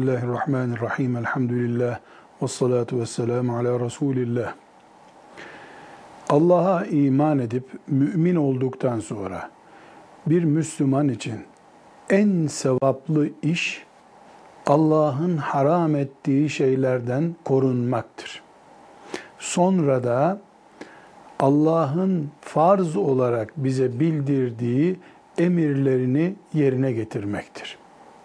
Bismillahirrahmanirrahim. Elhamdülillah. Vessalatu vesselamu ala Resulillah. Allah'a iman edip mümin olduktan sonra bir Müslüman için en sevaplı iş Allah'ın haram ettiği şeylerden korunmaktır. Sonra da Allah'ın farz olarak bize bildirdiği emirlerini yerine getirmektir.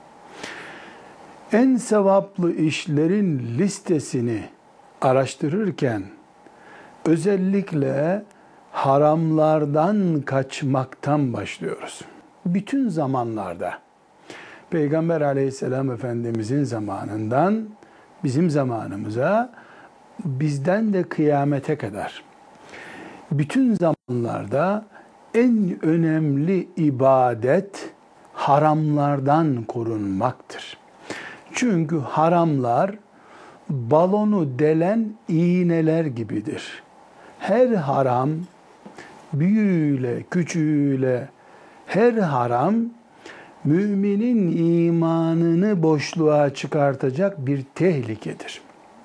En sevaplı işlerin listesini araştırırken özellikle haramlardan kaçmaktan başlıyoruz. Bütün zamanlarda Peygamber Aleyhisselam Efendimizin zamanından bizim zamanımıza, bizden de kıyamete kadar bütün zamanlarda en önemli ibadet haramlardan korunmaktır. Çünkü haramlar balonu delen iğneler gibidir. Her haram, büyüğüyle, küçüğüyle, her haram müminin imanını boşluğa çıkartacak bir tehlikedir.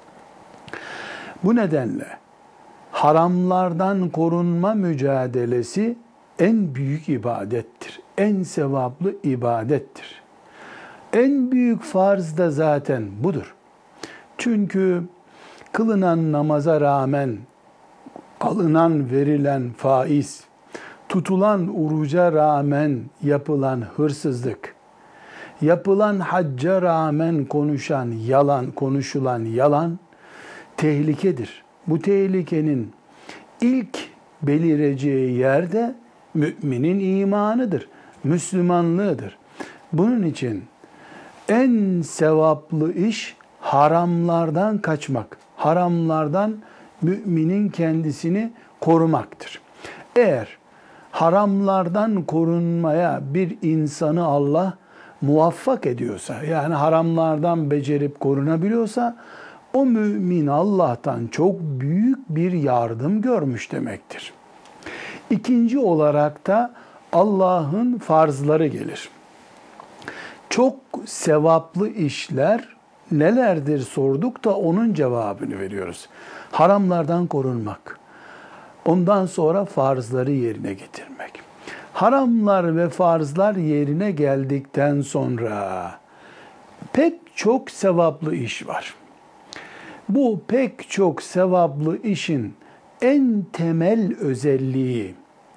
Bu nedenle haramlardan korunma mücadelesi en büyük ibadettir. En sevaplı ibadettir. En büyük farz da zaten budur. Çünkü kılınan namaza rağmen alınan verilen faiz, tutulan oruca rağmen yapılan hırsızlık, yapılan hacca rağmen konuşulan yalan tehlikedir. Bu tehlikenin ilk belireceği yerde müminin imanıdır, Müslümanlığıdır. Bunun için en sevaplı iş haramlardan kaçmak, haramlardan müminin kendisini korumaktır. Eğer haramlardan korunmaya bir insanı Allah muvaffak ediyorsa, yani haramlardan becerip korunabiliyorsa, o mümin Allah'tan çok büyük bir yardım görmüş demektir. İkinci olarak da Allah'ın farzları gelir. Çok sevaplı işler nelerdir sorduk da onun cevabını veriyoruz. Haramlardan korunmak. Ondan sonra farzları yerine getirmek. Haramlar ve farzlar yerine geldikten sonra pek çok sevaplı iş var. Bu pek çok sevaplı işin en temel özelliği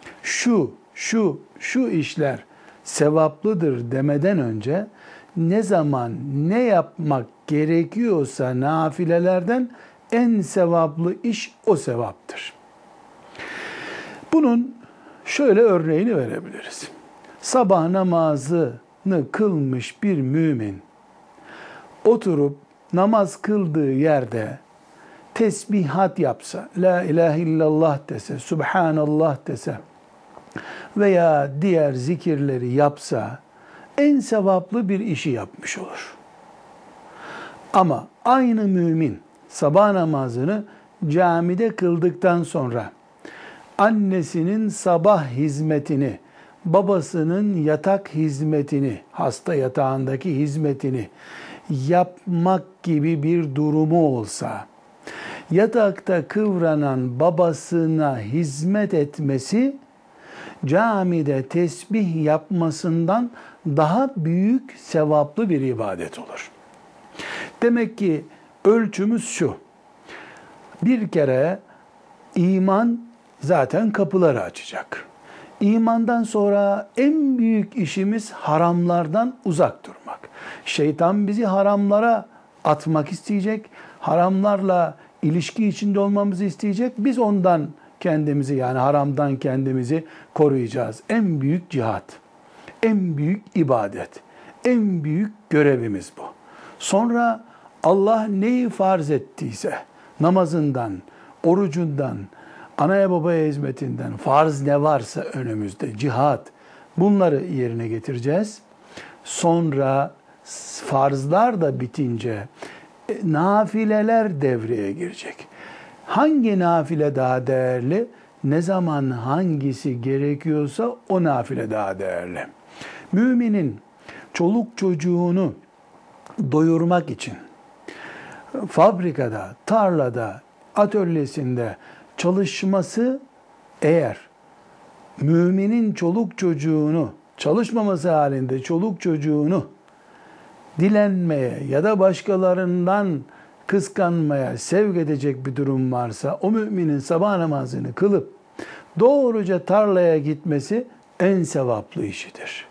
şu işler sevaplıdır demeden önce ne zaman ne yapmak gerekiyorsa nafilelerden en sevaplı iş o sevaptır. Bunun şöyle örneğini verebiliriz. Sabah namazını kılmış bir mümin oturup namaz kıldığı yerde tesbihat yapsa, la ilahe illallah dese, subhanallah dese veya diğer zikirleri yapsa en sevaplı bir işi yapmış olur. Ama aynı mümin sabah namazını camide kıldıktan sonra annesinin sabah hizmetini, babasının yatak hizmetini, hasta yatağındaki hizmetini yapmak gibi bir durumu olsa, yatakta kıvranan babasına hizmet etmesi, camide tesbih yapmasından daha büyük sevaplı bir ibadet olur. Demek ki ölçümüz şu: bir kere iman zaten kapıları açacak. İmandan sonra en büyük işimiz haramlardan uzak durmak. Şeytan bizi haramlara atmak isteyecek, haramlarla ilişki içinde olmamızı isteyecek. Biz ondan kendimizi, yani haramdan kendimizi koruyacağız. En büyük cihat, en büyük ibadet, en büyük görevimiz bu. Sonra Allah neyi farz ettiyse, namazından, orucundan, anaya babaya hizmetinden, farz ne varsa önümüzde, cihat, bunları yerine getireceğiz. Sonra farzlar da bitince nafileler devreye girecek. Hangi nafile daha değerli? Ne zaman hangisi gerekiyorsa o nafile daha değerli. Müminin çoluk çocuğunu doyurmak için fabrikada, tarlada, atölyesinde çalışması eğer müminin çoluk çocuğunu, çalışmaması halinde çoluk çocuğunu dilenmeye ya da başkalarından kıskanmaya sevk edecek bir durum varsa, o müminin sabah namazını kılıp doğruca tarlaya gitmesi en sevaplı işidir.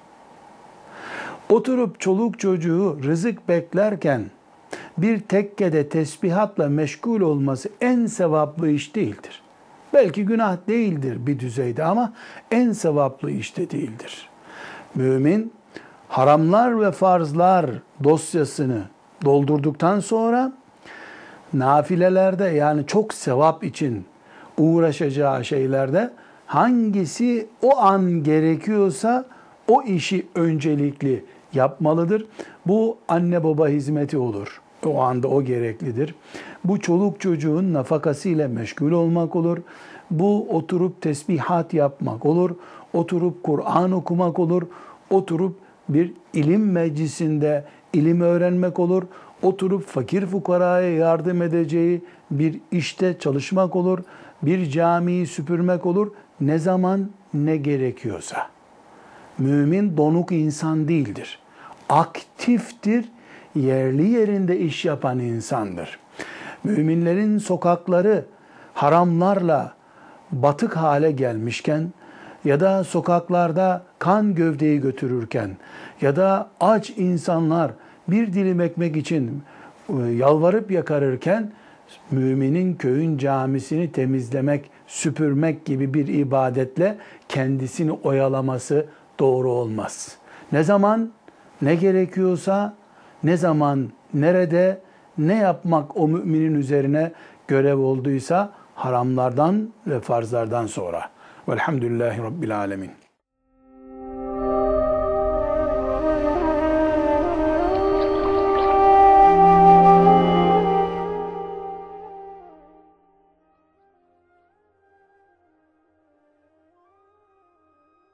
Oturup çoluk çocuğu rızık beklerken bir tekkede tesbihatla meşgul olması en sevaplı iş değildir. Belki günah değildir bir düzeyde ama en sevaplı iş de değildir. Mümin haramlar ve farzlar dosyasını doldurduktan sonra nafilelerde, yani çok sevap için uğraşacağı şeylerde hangisi o an gerekiyorsa o işi öncelikli yapmalıdır. Bu anne baba hizmeti olur. O anda o gereklidir. Bu çoluk çocuğun nafakasıyla meşgul olmak olur. Bu oturup tesbihat yapmak olur. Oturup Kur'an okumak olur. Oturup bir ilim meclisinde ilim öğrenmek olur. Oturup fakir fukaraya yardım edeceği bir işte çalışmak olur. Bir camiyi süpürmek olur. Ne zaman ne gerekiyorsa. Mümin donuk insan değildir. Aktiftir, yerli yerinde iş yapan insandır. Müminlerin sokakları haramlarla batık hale gelmişken ya da sokaklarda kan gövdeyi götürürken ya da aç insanlar bir dilim ekmek için yalvarıp yakarırken müminin köyün camisini temizlemek, süpürmek gibi bir ibadetle kendisini oyalaması doğru olmaz. Ne zaman ne gerekiyorsa, ne zaman nerede ne yapmak o müminin üzerine görev olduysa haramlardan ve farzlardan sonra. Velhamdülillahi Rabbil Alemin.